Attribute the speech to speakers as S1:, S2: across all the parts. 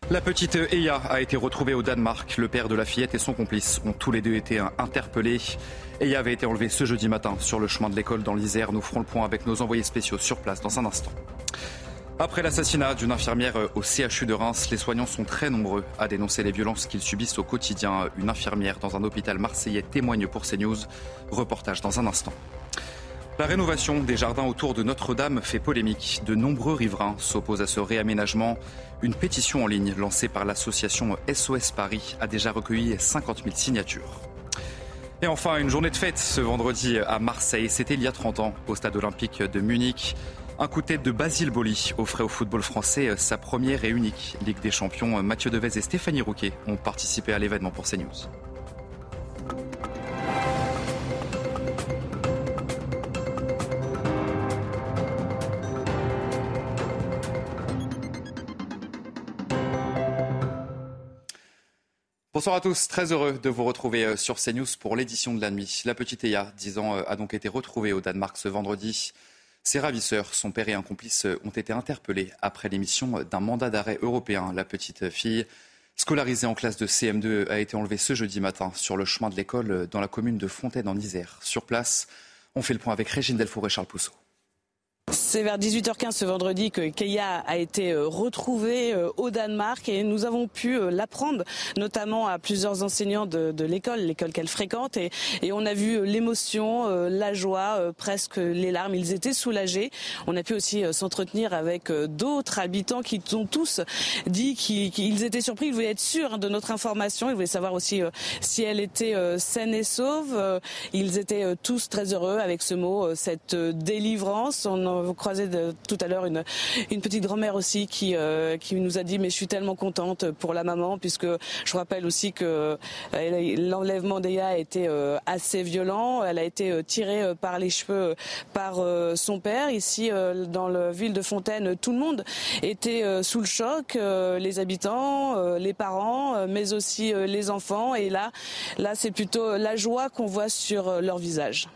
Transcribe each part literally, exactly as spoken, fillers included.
S1: La petite Eya a été retrouvée au Danemark. Le père de la fillette et son complice ont tous les deux été interpellés. Eya avait été enlevée ce jeudi matin sur le chemin de l'école dans l'Isère. Nous ferons le point avec nos envoyés spéciaux sur place dans un instant. Après l'assassinat d'une infirmière au C H U de Reims, les soignants sont très nombreux à dénoncer les violences qu'ils subissent au quotidien. Une infirmière dans un hôpital marseillais témoigne pour CNews. Reportage dans un instant. La rénovation des jardins autour de Notre-Dame fait polémique. De nombreux riverains s'opposent à ce réaménagement. Une pétition en ligne lancée par l'association S O S Paris a déjà recueilli cinquante mille signatures. Et enfin, une journée de fête ce vendredi à Marseille. C'était il y a trente ans au stade olympique de Munich. Un coup de tête de Basile Boli offrait au football français sa première et unique Ligue des Champions. Mathieu Devez et Stéphanie Rouquet ont participé à l'événement pour CNews. Bonsoir à tous, très heureux de vous retrouver sur CNews pour l'édition de la nuit. La petite Eya, dix ans, a donc été retrouvée au Danemark ce vendredi. Ses ravisseurs, son père et un complice, ont été interpellés après l'émission d'un mandat d'arrêt européen. La petite fille, scolarisée en classe de C M deux, a été enlevée ce jeudi matin sur le chemin de l'école dans la commune de Fontaine en Isère. Sur place, on fait le point avec Régine Delfour et Charles Pousseau.
S2: C'est vers dix-huit heures quinze ce vendredi que Eya a été retrouvée au Danemark et nous avons pu l'apprendre, notamment à plusieurs enseignants de, de l'école, l'école qu'elle fréquente. Et, et on a vu l'émotion, la joie, presque les larmes. Ils étaient soulagés. On a pu aussi s'entretenir avec d'autres habitants qui ont tous dit qu'ils étaient surpris. Ils voulaient être sûrs de notre information. Ils voulaient savoir aussi si elle était saine et sauve. Ils étaient tous très heureux avec ce mot, cette délivrance. On Vous croisez de, tout à l'heure une, une petite grand-mère aussi qui, euh, qui nous a dit mais je suis tellement contente pour la maman, puisque je vous rappelle aussi que euh, l'enlèvement d'Eya a été euh, assez violent. Elle a été euh, tirée euh, par les cheveux euh, par euh, son père. Ici euh, dans la ville de Fontaine, tout le monde était euh, sous le choc, euh, les habitants, euh, les parents, euh, mais aussi euh, les enfants. Et là, là c'est plutôt la joie qu'on voit sur euh, leur visage.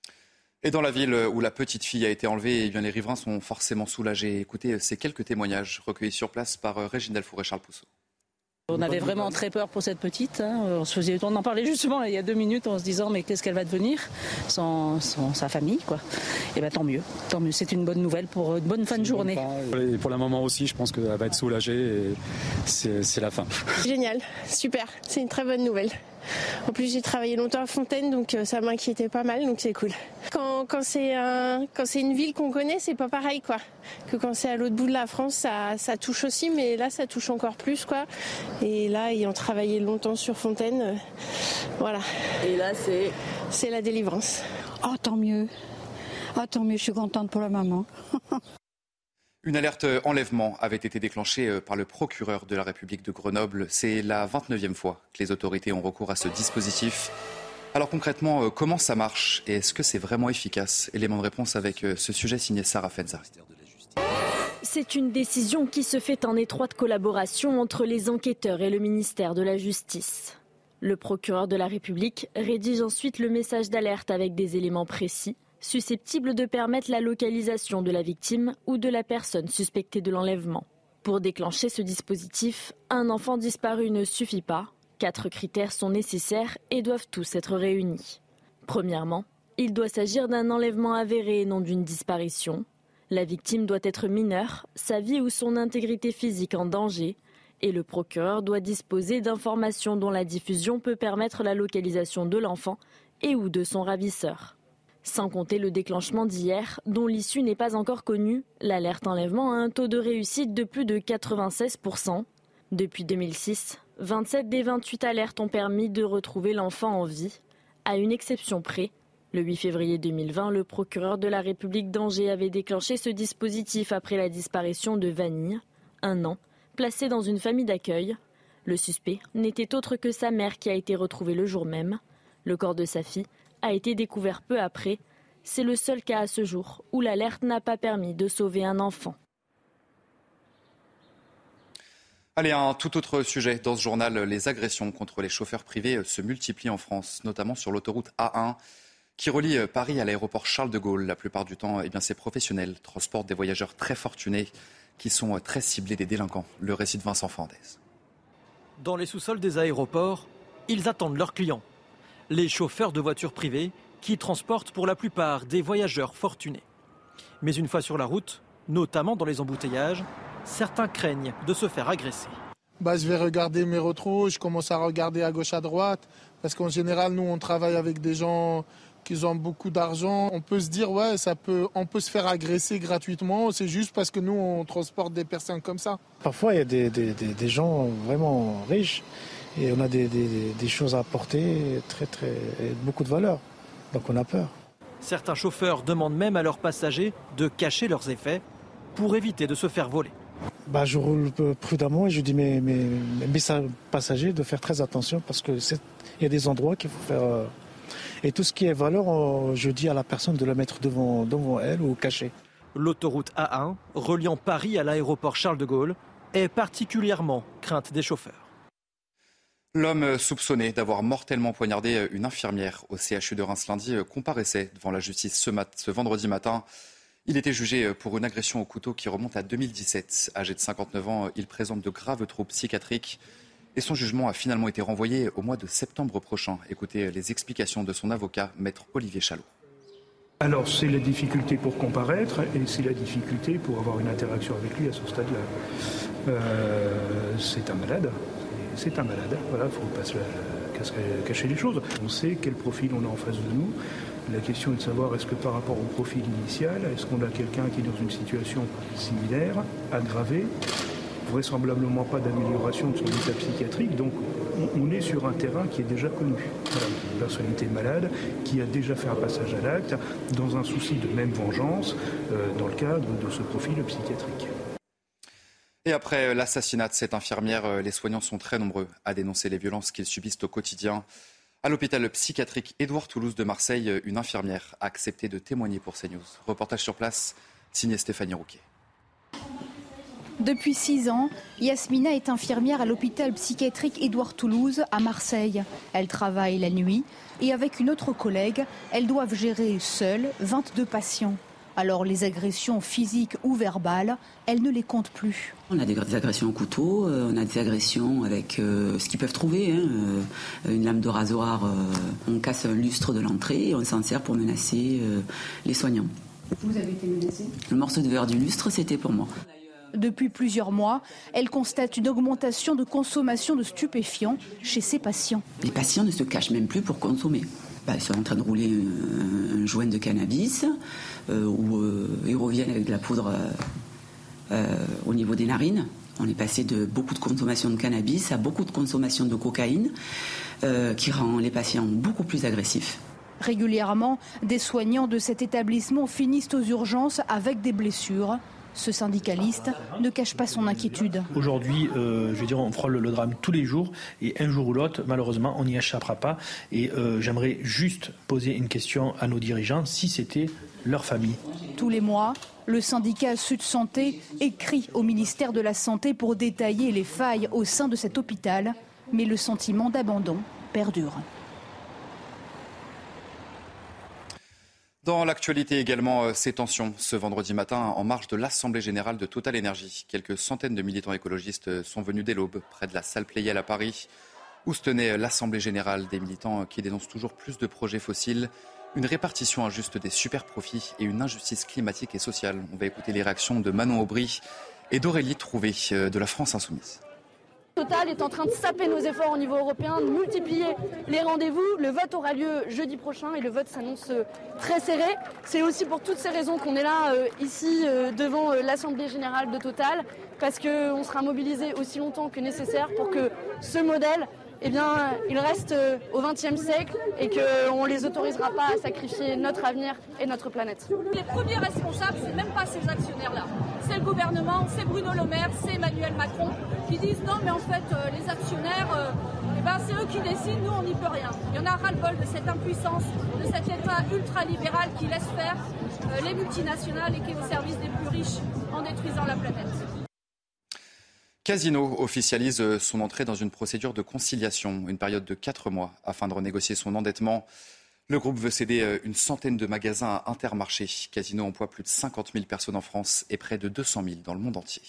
S1: Et dans la ville où la petite fille a été enlevée, eh bien les riverains sont forcément soulagés. Écoutez ces quelques témoignages recueillis sur place par Régine Delfour et Charles Pousseau.
S3: On avait vraiment très peur pour cette petite. Hein. On, se faisait, on en parlait justement là, il y a deux minutes en se disant mais qu'est-ce qu'elle va devenir sans, sans sa famille, quoi. Et ben tant mieux, tant mieux. C'est une bonne nouvelle pour une bonne fin de journée.
S4: Et pour la maman aussi, je pense qu'elle va être soulagée et c'est, c'est la fin.
S5: Génial, super, c'est une très bonne nouvelle. En plus, j'ai travaillé longtemps à Fontaine, donc ça m'inquiétait pas mal, donc c'est cool. Quand, quand, c'est, un, quand c'est une ville qu'on connaît, c'est pas pareil, quoi. Que quand c'est à l'autre bout de la France, ça, ça touche aussi, mais là, ça touche encore plus, quoi. Et là, ayant travaillé longtemps sur Fontaine, euh, voilà.
S2: Et là, c'est...
S5: C'est la délivrance.
S6: Oh, tant mieux. Oh, tant mieux, je suis contente pour la maman.
S1: Une alerte enlèvement avait été déclenchée par le procureur de la République de Grenoble. C'est la vingt-neuvième fois que les autorités ont recours à ce dispositif. Alors concrètement, comment ça marche et est-ce que c'est vraiment efficace ? Élément de réponse avec ce sujet signé Sarah Fenzari.
S7: C'est une décision qui se fait en étroite collaboration entre les enquêteurs et le ministère de la Justice. Le procureur de la République rédige ensuite le message d'alerte avec des éléments précis, susceptibles de permettre la localisation de la victime ou de la personne suspectée de l'enlèvement. Pour déclencher ce dispositif, un enfant disparu ne suffit pas. Quatre critères sont nécessaires et doivent tous être réunis. Premièrement, il doit s'agir d'un enlèvement avéré et non d'une disparition. La victime doit être mineure, sa vie ou son intégrité physique en danger, et le procureur doit disposer d'informations dont la diffusion peut permettre la localisation de l'enfant et ou de son ravisseur. Sans compter le déclenchement d'hier, dont l'issue n'est pas encore connue, l'alerte enlèvement a un taux de réussite de plus de quatre-vingt-seize pour cent. Depuis deux mille six, vingt-sept des vingt-huit alertes ont permis de retrouver l'enfant en vie, à une exception près. Le huit février deux mille vingt, le procureur de la République d'Angers avait déclenché ce dispositif après la disparition de Vanille, un an, placé dans une famille d'accueil. Le suspect n'était autre que sa mère qui a été retrouvée le jour même. Le corps de sa fille a été découvert peu après. C'est le seul cas à ce jour où l'alerte n'a pas permis de sauver un enfant.
S1: Allez, un tout autre sujet dans ce journal. Les agressions contre les chauffeurs privés se multiplient en France, notamment sur l'autoroute A un. Qui relie Paris à l'aéroport Charles de Gaulle. La plupart du temps, eh bien, ces professionnels transportent des voyageurs très fortunés. qui sont très ciblés des délinquants. Le récit de Vincent Fernandez.
S8: Dans les sous-sols des aéroports, ils attendent leurs clients. Les chauffeurs de voitures privées qui transportent pour la plupart des voyageurs fortunés. Mais une fois sur la route, notamment dans les embouteillages, certains craignent de se faire agresser.
S9: Bah, je vais regarder mes rétros, je commence à regarder à gauche, à droite, parce qu'en général, nous, on travaille avec des gens qui ont beaucoup d'argent. On peut se dire, ouais, ça peut, on peut se faire agresser gratuitement, c'est juste parce que nous, on transporte des personnes comme ça.
S10: Parfois, il y a des, des, des, des gens vraiment riches et on a des, des, des choses à apporter, très, très, beaucoup de valeur, donc on a peur.
S8: Certains chauffeurs demandent même à leurs passagers de cacher leurs effets pour éviter de se faire voler.
S10: Bah, je roule prudemment et je dis mes, mes, mes passagers de faire très attention parce qu'il y a des endroits qu'il faut faire. Euh, et tout ce qui est valeur, euh, je dis à la personne de la mettre devant, devant elle ou cachée.
S8: L'autoroute A un, reliant Paris à l'aéroport Charles de Gaulle, est particulièrement crainte des chauffeurs.
S1: L'homme soupçonné d'avoir mortellement poignardé une infirmière au C H U de Reims lundi comparaissait devant la justice ce, mat- ce vendredi matin. Il était jugé pour une agression au couteau qui remonte à deux mille dix-sept. Âgé de cinquante-neuf ans, il présente de graves troubles psychiatriques et son jugement a finalement été renvoyé au mois de septembre prochain. Écoutez les explications de son avocat, maître Olivier Chalot.
S11: Alors c'est la difficulté pour comparaître et c'est la difficulté pour avoir une interaction avec lui à ce stade-là. Euh, c'est un malade, c'est un malade, voilà, il ne faut pas se cacher les choses. On sait quel profil on a en face de nous. La question est de savoir est-ce que par rapport au profil initial, est-ce qu'on a quelqu'un qui est dans une situation similaire, aggravée, vraisemblablement pas d'amélioration de son état psychiatrique. Donc on est sur un terrain qui est déjà connu. Voilà, une personnalité malade qui a déjà fait un passage à l'acte dans un souci de même vengeance euh, dans le cadre de ce profil psychiatrique.
S1: Et après l'assassinat de cette infirmière, les soignants sont très nombreux à dénoncer les violences qu'ils subissent au quotidien. À l'hôpital psychiatrique Édouard Toulouse de Marseille, une infirmière a accepté de témoigner pour CNews. Reportage sur place, signé Stéphanie Rouquet.
S12: Depuis six ans, Yasmina est infirmière à l'hôpital psychiatrique Édouard Toulouse à Marseille. Elle travaille la nuit et avec une autre collègue, elles doivent gérer seules vingt-deux patients. Alors les agressions physiques ou verbales, elles ne les comptent plus.
S13: On a des agressions au couteau, euh, on a des agressions avec euh, ce qu'ils peuvent trouver, hein, euh, une lame de rasoir, euh, on casse un lustre de l'entrée et on s'en sert pour menacer euh, les soignants.
S12: Vous avez été menacée ?
S13: Le morceau de verre du lustre, c'était pour moi.
S12: Depuis plusieurs mois, elle constate une augmentation de consommation de stupéfiants chez ses patients.
S13: Les patients ne se cachent même plus pour consommer. Bah, ils sont en train de rouler un, un joint de cannabis euh, ou euh, ils reviennent avec de la poudre euh, euh, au niveau des narines. On est passé de beaucoup de consommation de cannabis à beaucoup de consommation de cocaïne euh, qui rend les patients beaucoup plus agressifs.
S12: Régulièrement, des soignants de cet établissement finissent aux urgences avec des blessures. Ce syndicaliste ne cache pas son inquiétude.
S14: Aujourd'hui, euh, je veux dire, on frôle le drame tous les jours et un jour ou l'autre, malheureusement, on n'y échappera pas. Et euh, j'aimerais juste poser une question à nos dirigeants, si c'était leur famille.
S12: Tous les mois, le syndicat Sud Santé écrit au ministère de la Santé pour détailler les failles au sein de cet hôpital, mais le sentiment d'abandon perdure.
S1: Dans l'actualité également, ces tensions ce vendredi matin en marge de l'Assemblée générale de Total Énergie. Quelques centaines de militants écologistes sont venus dès l'aube près de la salle Pleyel à Paris, où se tenait l'Assemblée générale, des militants qui dénoncent toujours plus de projets fossiles, une répartition injuste des super-profits et une injustice climatique et sociale. On va écouter les réactions de Manon Aubry et d'Aurélie Trouvé de la France Insoumise.
S15: Total est en train de saper nos efforts au niveau européen, de multiplier les rendez-vous. Le vote aura lieu jeudi prochain et le vote s'annonce très serré. C'est aussi pour toutes ces raisons qu'on est là, euh, ici, euh, devant euh, l'Assemblée générale de Total, parce qu'on sera mobilisé aussi longtemps que nécessaire pour que ce modèle, eh bien, il reste euh, au vingtième siècle et qu'on ne les autorisera pas à sacrifier notre avenir et notre planète.
S16: Les premiers responsables, c'est même pas ces actionnaires-là. C'est le gouvernement, c'est Bruno Le Maire, c'est Emmanuel Macron qui disent non mais en fait euh, les actionnaires, euh, eh ben, c'est eux qui décident, nous on n'y peut rien. Il y en a ras-le-bol de cette impuissance, de cet État ultralibéral qui laisse faire euh, les multinationales et qui est au service des plus riches en détruisant la planète.
S1: Casino officialise son entrée dans une procédure de conciliation, une période de quatre mois afin de renégocier son endettement. Le groupe veut céder une centaine de magasins à Intermarché. Casino emploie plus de cinquante mille personnes en France et près de deux cent mille dans le monde entier.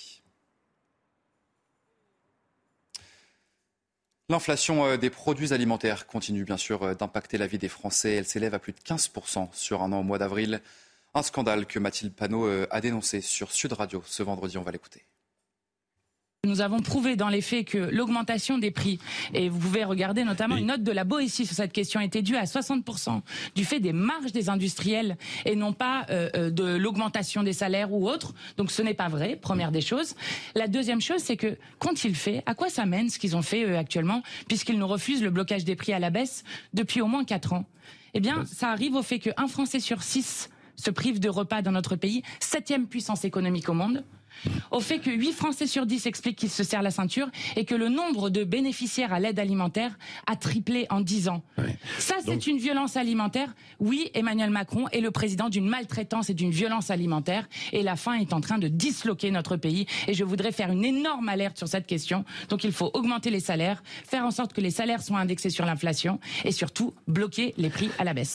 S1: L'inflation des produits alimentaires continue bien sûr d'impacter la vie des Français. Elle s'élève à plus de quinze pour cent sur un an au mois d'avril. Un scandale que Mathilde Panot a dénoncé sur Sud Radio ce vendredi. On va l'écouter.
S17: Nous avons prouvé dans les faits que l'augmentation des prix, et vous pouvez regarder notamment oui. une note de la Boétie sur cette question, était due à soixante pour cent du fait des marges des industriels et non pas euh, de l'augmentation des salaires ou autre. Donc ce n'est pas vrai, première des choses. La deuxième chose, c'est que qu'ont-ils fait ? À quoi ça mène ce qu'ils ont fait eux, actuellement, puisqu'ils nous refusent le blocage des prix à la baisse depuis au moins quatre ans ? Eh bien, ça arrive au fait qu'un Français sur six se prive de repas dans notre pays, septième puissance économique au monde. Au fait que huit Français sur dix expliquent qu'ils se serrent la ceinture et que le nombre de bénéficiaires à l'aide alimentaire a triplé en dix ans. Oui. Ça, c'est Donc... une violence alimentaire. Oui, Emmanuel Macron est le président d'une maltraitance et d'une violence alimentaire. Et la faim est en train de disloquer notre pays. Et je voudrais faire une énorme alerte sur cette question. Donc il faut augmenter les salaires, faire en sorte que les salaires soient indexés sur l'inflation et surtout bloquer les prix à la baisse.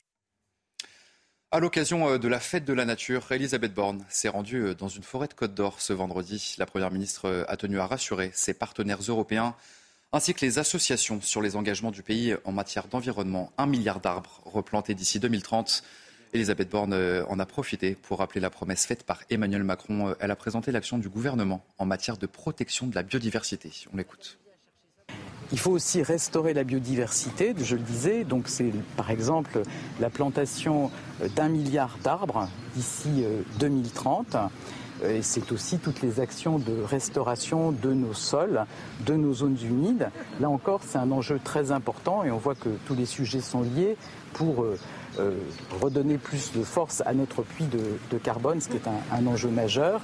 S1: À l'occasion de la fête de la nature, Elisabeth Borne s'est rendue dans une forêt de Côte d'Or ce vendredi. La Première ministre a tenu à rassurer ses partenaires européens ainsi que les associations sur les engagements du pays en matière d'environnement. Un milliard d'arbres replantés d'ici deux mille trente. Elisabeth Borne en a profité pour rappeler la promesse faite par Emmanuel Macron. Elle a présenté l'action du gouvernement en matière de protection de la biodiversité. On l'écoute.
S18: Il faut aussi restaurer la biodiversité, je le disais, donc c'est par exemple la plantation d'un milliard d'arbres d'ici deux mille trente. Et c'est aussi toutes les actions de restauration de nos sols, de nos zones humides. Là encore, c'est un enjeu très important et on voit que tous les sujets sont liés pour euh, euh, redonner plus de force à notre puits de, de carbone, ce qui est un, un enjeu majeur.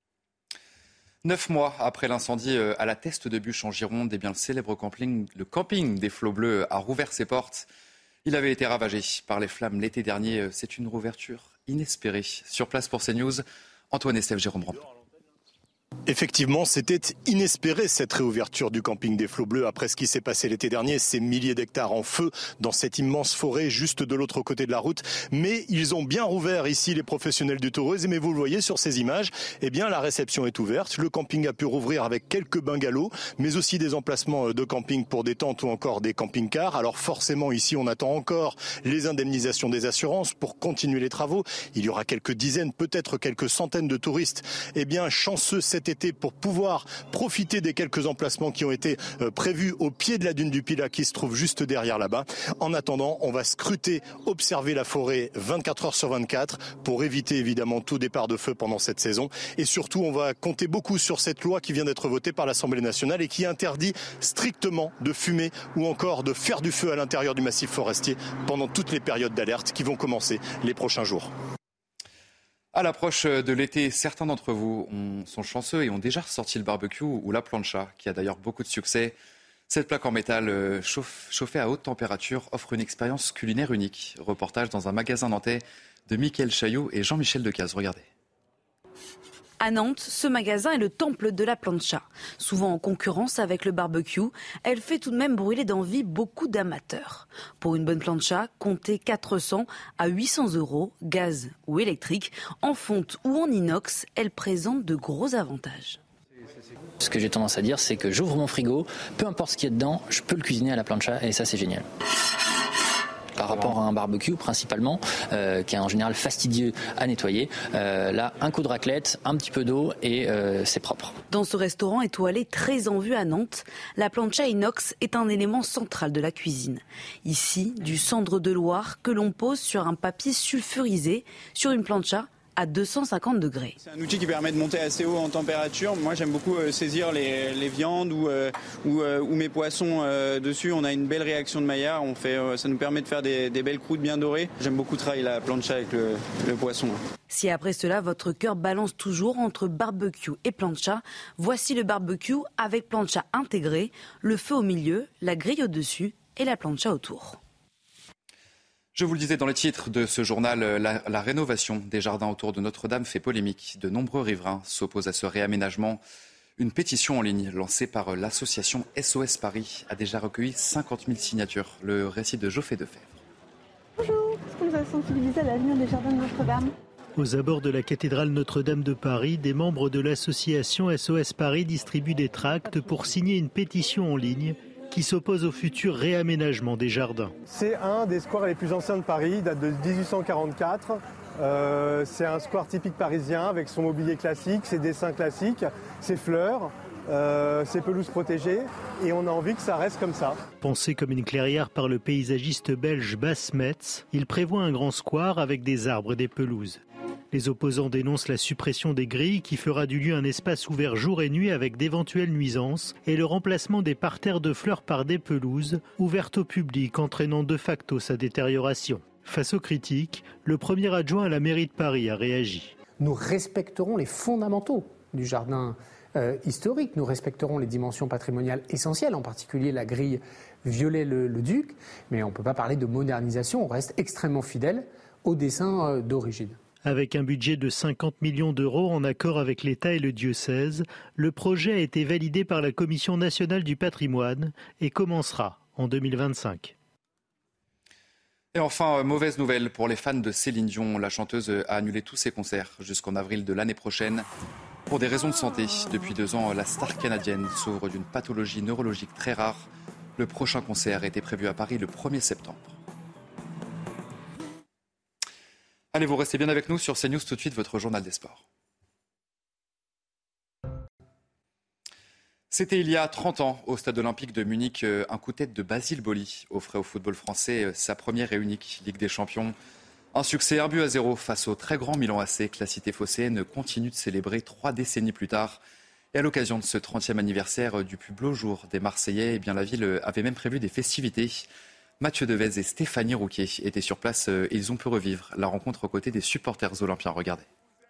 S1: Neuf mois après l'incendie à la Teste de Bûche en Gironde, eh bien, le célèbre camping, le camping des Flots Bleus a rouvert ses portes. Il avait été ravagé par les flammes l'été dernier. C'est une rouverture inespérée. Sur place pour CNews, Antoine Estève, Jérôme Rampon.
S19: Effectivement, c'était inespéré cette réouverture du camping des Flots Bleus après ce qui s'est passé l'été dernier, ces milliers d'hectares en feu dans cette immense forêt juste de l'autre côté de la route. Mais ils ont bien rouvert ici les professionnels du tourisme et vous le voyez sur ces images, eh bien la réception est ouverte. Le camping a pu rouvrir avec quelques bungalows, mais aussi des emplacements de camping pour des tentes ou encore des camping-cars. Alors forcément ici on attend encore les indemnisations des assurances pour continuer les travaux. Il y aura quelques dizaines, peut-être quelques centaines de touristes, eh bien chanceux cet été pour pouvoir profiter des quelques emplacements qui ont été euh, prévus au pied de la dune du Pilat qui se trouve juste derrière là-bas. En attendant, on va scruter, observer la forêt vingt-quatre heures sur vingt-quatre pour éviter évidemment tout départ de feu pendant cette saison. Et surtout, on va compter beaucoup sur cette loi qui vient d'être votée par l'Assemblée nationale et qui interdit strictement de fumer ou encore de faire du feu à l'intérieur du massif forestier pendant toutes les périodes d'alerte qui vont commencer les prochains jours.
S1: À l'approche de l'été, certains d'entre vous ont, sont chanceux et ont déjà ressorti le barbecue ou la plancha, qui a d'ailleurs beaucoup de succès. Cette plaque en métal chauffe, chauffée à haute température offre une expérience culinaire unique. Reportage dans un magasin nantais de Mickaël Chaillot et Jean-Michel Decaze. Regardez.
S20: À Nantes, ce magasin est le temple de la plancha. Souvent en concurrence avec le barbecue, elle fait tout de même brûler d'envie beaucoup d'amateurs. Pour une bonne plancha, comptez quatre cents à huit cents euros, gaz ou électrique. En fonte ou en inox, elle présente de gros avantages.
S21: Ce que j'ai tendance à dire, c'est que j'ouvre mon frigo, peu importe ce qu'il y a dedans, je peux le cuisiner à la plancha et ça c'est génial. Par rapport à un barbecue principalement, euh, qui est en général fastidieux à nettoyer. Euh, là, un coup de raclette, un petit peu d'eau et euh, c'est propre.
S20: Dans ce restaurant étoilé très en vue à Nantes, la plancha inox est un élément central de la cuisine. Ici, du cendre de Loire que l'on pose sur un papier sulfurisé sur une plancha à deux cent cinquante degrés.
S22: C'est un outil qui permet de monter assez haut en température. Moi, j'aime beaucoup euh, saisir les, les viandes ou, euh, ou, euh, ou mes poissons euh, dessus. On a une belle réaction de maillard. On fait, euh, ça nous permet de faire des, des belles croûtes bien dorées. J'aime beaucoup travailler la plancha avec le, le poisson.
S20: Si après cela, votre cœur balance toujours entre barbecue et plancha, voici le barbecue avec plancha intégrée, le feu au milieu, la grille au-dessus et la plancha autour.
S1: Je vous le disais dans les titres de ce journal, la, la rénovation des jardins autour de Notre-Dame fait polémique. De nombreux riverains s'opposent à ce réaménagement. Une pétition en ligne lancée par l'association S O S Paris a déjà recueilli cinquante mille signatures. Le récit de Geoffrey Defebvre.
S23: Bonjour.
S3: sensibiliser à l'avenir des jardins de Notre-Dame.
S4: Aux abords de la cathédrale Notre-Dame de Paris, des membres de l'association S O S Paris distribuent des tracts pour signer une pétition en ligne qui s'oppose au futur réaménagement des jardins.
S23: C'est un des squares les plus anciens de Paris, date de dix-huit cent quarante-quatre. Euh, c'est un square typique parisien avec son mobilier classique, ses dessins classiques, ses fleurs, euh, ses pelouses protégées, et on a envie que ça reste comme ça.
S4: Pensé comme une clairière par le paysagiste belge Bas Metz, il prévoit un grand square avec des arbres et des pelouses. Les opposants dénoncent la suppression des grilles qui fera du lieu un espace ouvert jour et nuit avec d'éventuelles nuisances et le remplacement des parterres de fleurs par des pelouses ouvertes au public entraînant de facto sa détérioration. Face aux critiques, le premier adjoint à la mairie de Paris a réagi.
S24: Nous respecterons les fondamentaux du jardin euh, historique, nous respecterons les dimensions patrimoniales essentielles, en particulier la grille Viollet-le-Duc, mais on ne peut pas parler de modernisation, on reste extrêmement fidèle au dessin euh, d'origine.
S4: Avec un budget de cinquante millions d'euros en accord avec l'État et le diocèse, le projet a été validé par la Commission nationale du patrimoine et commencera en deux mille vingt-cinq.
S1: Et enfin, mauvaise nouvelle pour les fans de Céline Dion. La chanteuse a annulé tous ses concerts jusqu'en avril de l'année prochaine pour des raisons de santé. Depuis deux ans, la star canadienne souffre d'une pathologie neurologique très rare. Le prochain concert était prévu à Paris le premier septembre. Allez, vous restez bien avec nous sur CNews. Tout de suite, votre journal des sports. C'était il y a trente ans, au stade olympique de Munich, un coup de tête de Basile Boli offrait au football français sa première et unique Ligue des Champions. Un succès un but à zéro face au très grand Milan A C que la cité phocéenne continue de célébrer trois décennies plus tard. Et à l'occasion de ce trentième anniversaire du plus beau jour des Marseillais, eh bien, la ville avait même prévu des festivités. Mathieu Devez et Stéphanie Rouquier étaient sur place et ils ont pu revivre la rencontre aux côtés des supporters olympiens. Regardez.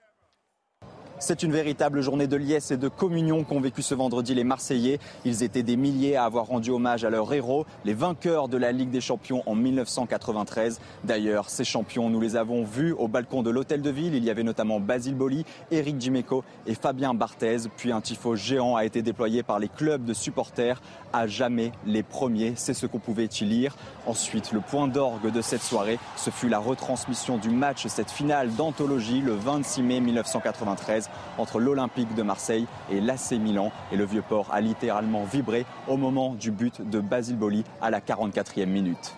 S25: C'est une véritable journée de liesse et de communion qu'ont vécu ce vendredi les Marseillais. Ils étaient des milliers à avoir rendu hommage à leurs héros, les vainqueurs de la Ligue des Champions en mille neuf cent quatre-vingt-treize. D'ailleurs, ces champions, nous les avons vus au balcon de l'Hôtel de Ville. Il y avait notamment Basile Boli, Éric Dimeco et Fabien Barthez. Puis un tifo géant a été déployé par les clubs de supporters. À jamais les premiers, c'est ce qu'on pouvait y lire. Ensuite, le point d'orgue de cette soirée, ce fut la retransmission du match, cette finale d'anthologie le vingt-six mai mille neuf cent quatre-vingt-treize entre l'Olympique de Marseille et l'A C Milan. Et le Vieux-Port a littéralement vibré au moment du but de Basile Boli à la quarante-quatrième minute.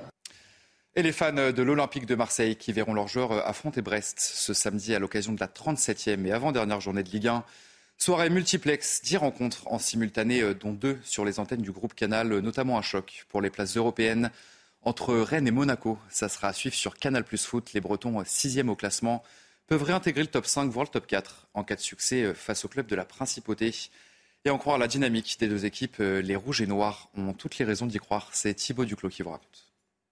S1: Et les fans de l'Olympique de Marseille qui verront leurs joueurs affronter Brest ce samedi à l'occasion de la trente-septième et avant-dernière journée de Ligue un. Soirée multiplex, dix rencontres en simultané, dont deux sur les antennes du groupe Canal, notamment un choc pour les places européennes entre Rennes et Monaco. Ça sera à suivre sur Canal Plus Foot. Les Bretons, sixième au classement, peuvent réintégrer le top cinq, voire le top quatre, en cas de succès face au club de la Principauté. Et en croire la dynamique des deux équipes, les Rouges et Noirs ont toutes les raisons d'y croire. C'est Thibaut Duclos qui vous raconte.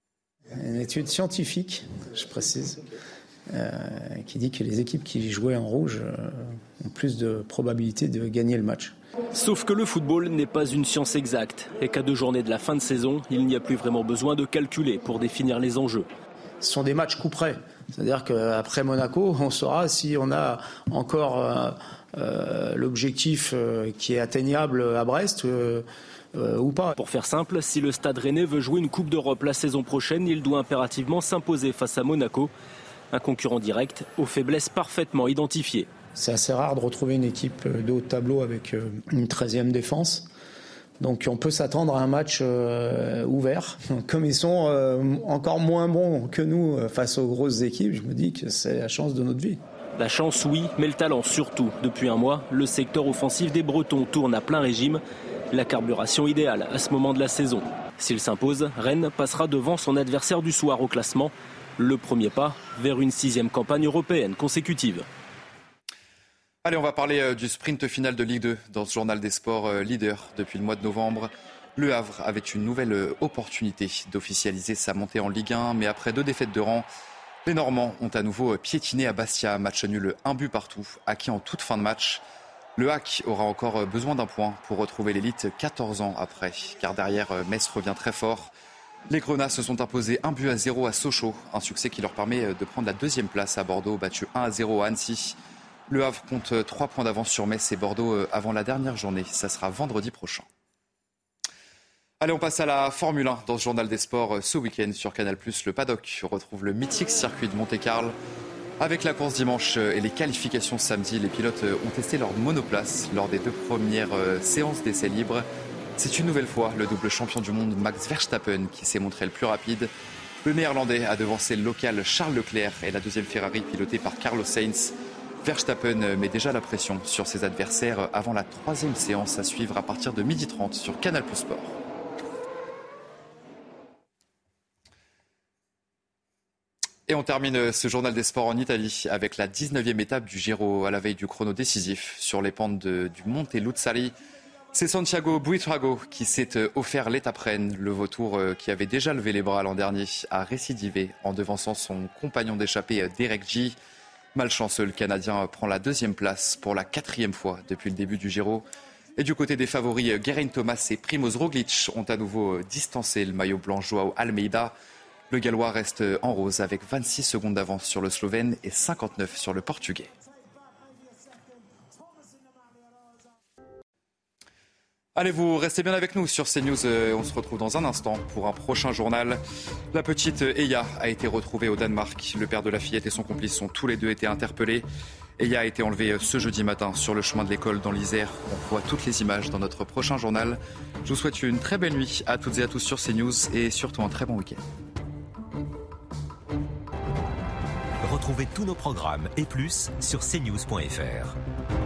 S26: Une étude scientifique, je précise, euh, qui dit que les équipes qui jouaient en rouge euh, ont plus de probabilité de gagner le match.
S27: Sauf que le football n'est pas une science exacte et qu'à deux journées de la fin de saison, il n'y a plus vraiment besoin de calculer pour définir les enjeux.
S26: Ce sont des matchs coup près. C'est-à-dire qu'après Monaco, on saura si on a encore euh, euh, l'objectif euh, qui est atteignable à Brest euh, euh, ou pas.
S27: Pour faire simple, si le Stade Rennais veut jouer une Coupe d'Europe la saison prochaine, il doit impérativement s'imposer face à Monaco, un concurrent direct aux faiblesses parfaitement identifiées.
S26: C'est assez rare de retrouver une équipe de haut de tableau avec une treizième défense. Donc on peut s'attendre à un match euh, ouvert. Comme ils sont euh, encore moins bons que nous euh, face aux grosses équipes, je me dis que c'est la chance de notre vie.
S27: La chance, oui, mais le talent surtout. Depuis un mois, le secteur offensif des Bretons tourne à plein régime. La carburation idéale à ce moment de la saison. S'il s'impose, Rennes passera devant son adversaire du soir au classement. Le premier pas vers une sixième campagne européenne consécutive.
S1: Allez, on va parler du sprint final de Ligue deux dans ce journal des sports leader depuis le mois de novembre. Le Havre avait une nouvelle opportunité d'officialiser sa montée en Ligue un, mais après deux défaites de rang, les Normands ont à nouveau piétiné à Bastia, match nul un but partout, acquis en toute fin de match. Le H A C aura encore besoin d'un point pour retrouver l'élite quatorze ans après, car derrière, Metz revient très fort. Les Grenats se sont imposés un but à zéro à Sochaux, un succès qui leur permet de prendre la deuxième place à Bordeaux, battu un à zéro à Annecy. Le Havre compte trois points d'avance sur Metz et Bordeaux avant la dernière journée. Ça sera vendredi prochain. Allez, on passe à la Formule un dans ce journal des sports. Ce week-end sur Canal plus, le paddock retrouve le mythique circuit de Monte-Carlo. Avec la course dimanche et les qualifications samedi, les pilotes ont testé leur monoplace lors des deux premières séances d'essais libres. C'est une nouvelle fois le double champion du monde Max Verstappen qui s'est montré le plus rapide. Le Néerlandais a devancé le local Charles Leclerc et la deuxième Ferrari pilotée par Carlos Sainz. Verstappen met déjà la pression sur ses adversaires avant la troisième séance à suivre à partir de midi trente sur Canal plus Sport. Et on termine ce journal des sports en Italie avec la dix-neuvième étape du Giro à la veille du chrono décisif sur les pentes de, du Monte Luzzari. C'est Santiago Buitrago qui s'est offert l'étape reine. Le vautour qui avait déjà levé les bras l'an dernier a récidivé en devançant son compagnon d'échappée Derek G. Malchanceux, le Canadien prend la deuxième place pour la quatrième fois depuis le début du Giro. Et du côté des favoris, Geraint Thomas et Primoz Roglic ont à nouveau distancé le maillot blanc Joao Almeida. Le Gallois reste en rose avec vingt-six secondes d'avance sur le Slovène et cinquante-neuf sur le Portugais. Allez, vous restez bien avec nous sur CNews. On se retrouve dans un instant pour un prochain journal. La petite Eya a été retrouvée au Danemark. Le père de la fillette et son complice ont tous les deux été interpellés. Eya a été enlevée ce jeudi matin sur le chemin de l'école dans l'Isère. On voit toutes les images dans notre prochain journal. Je vous souhaite une très belle nuit à toutes et à tous sur CNews et surtout un très bon week-end.
S2: Retrouvez tous nos programmes et plus sur c news point f r.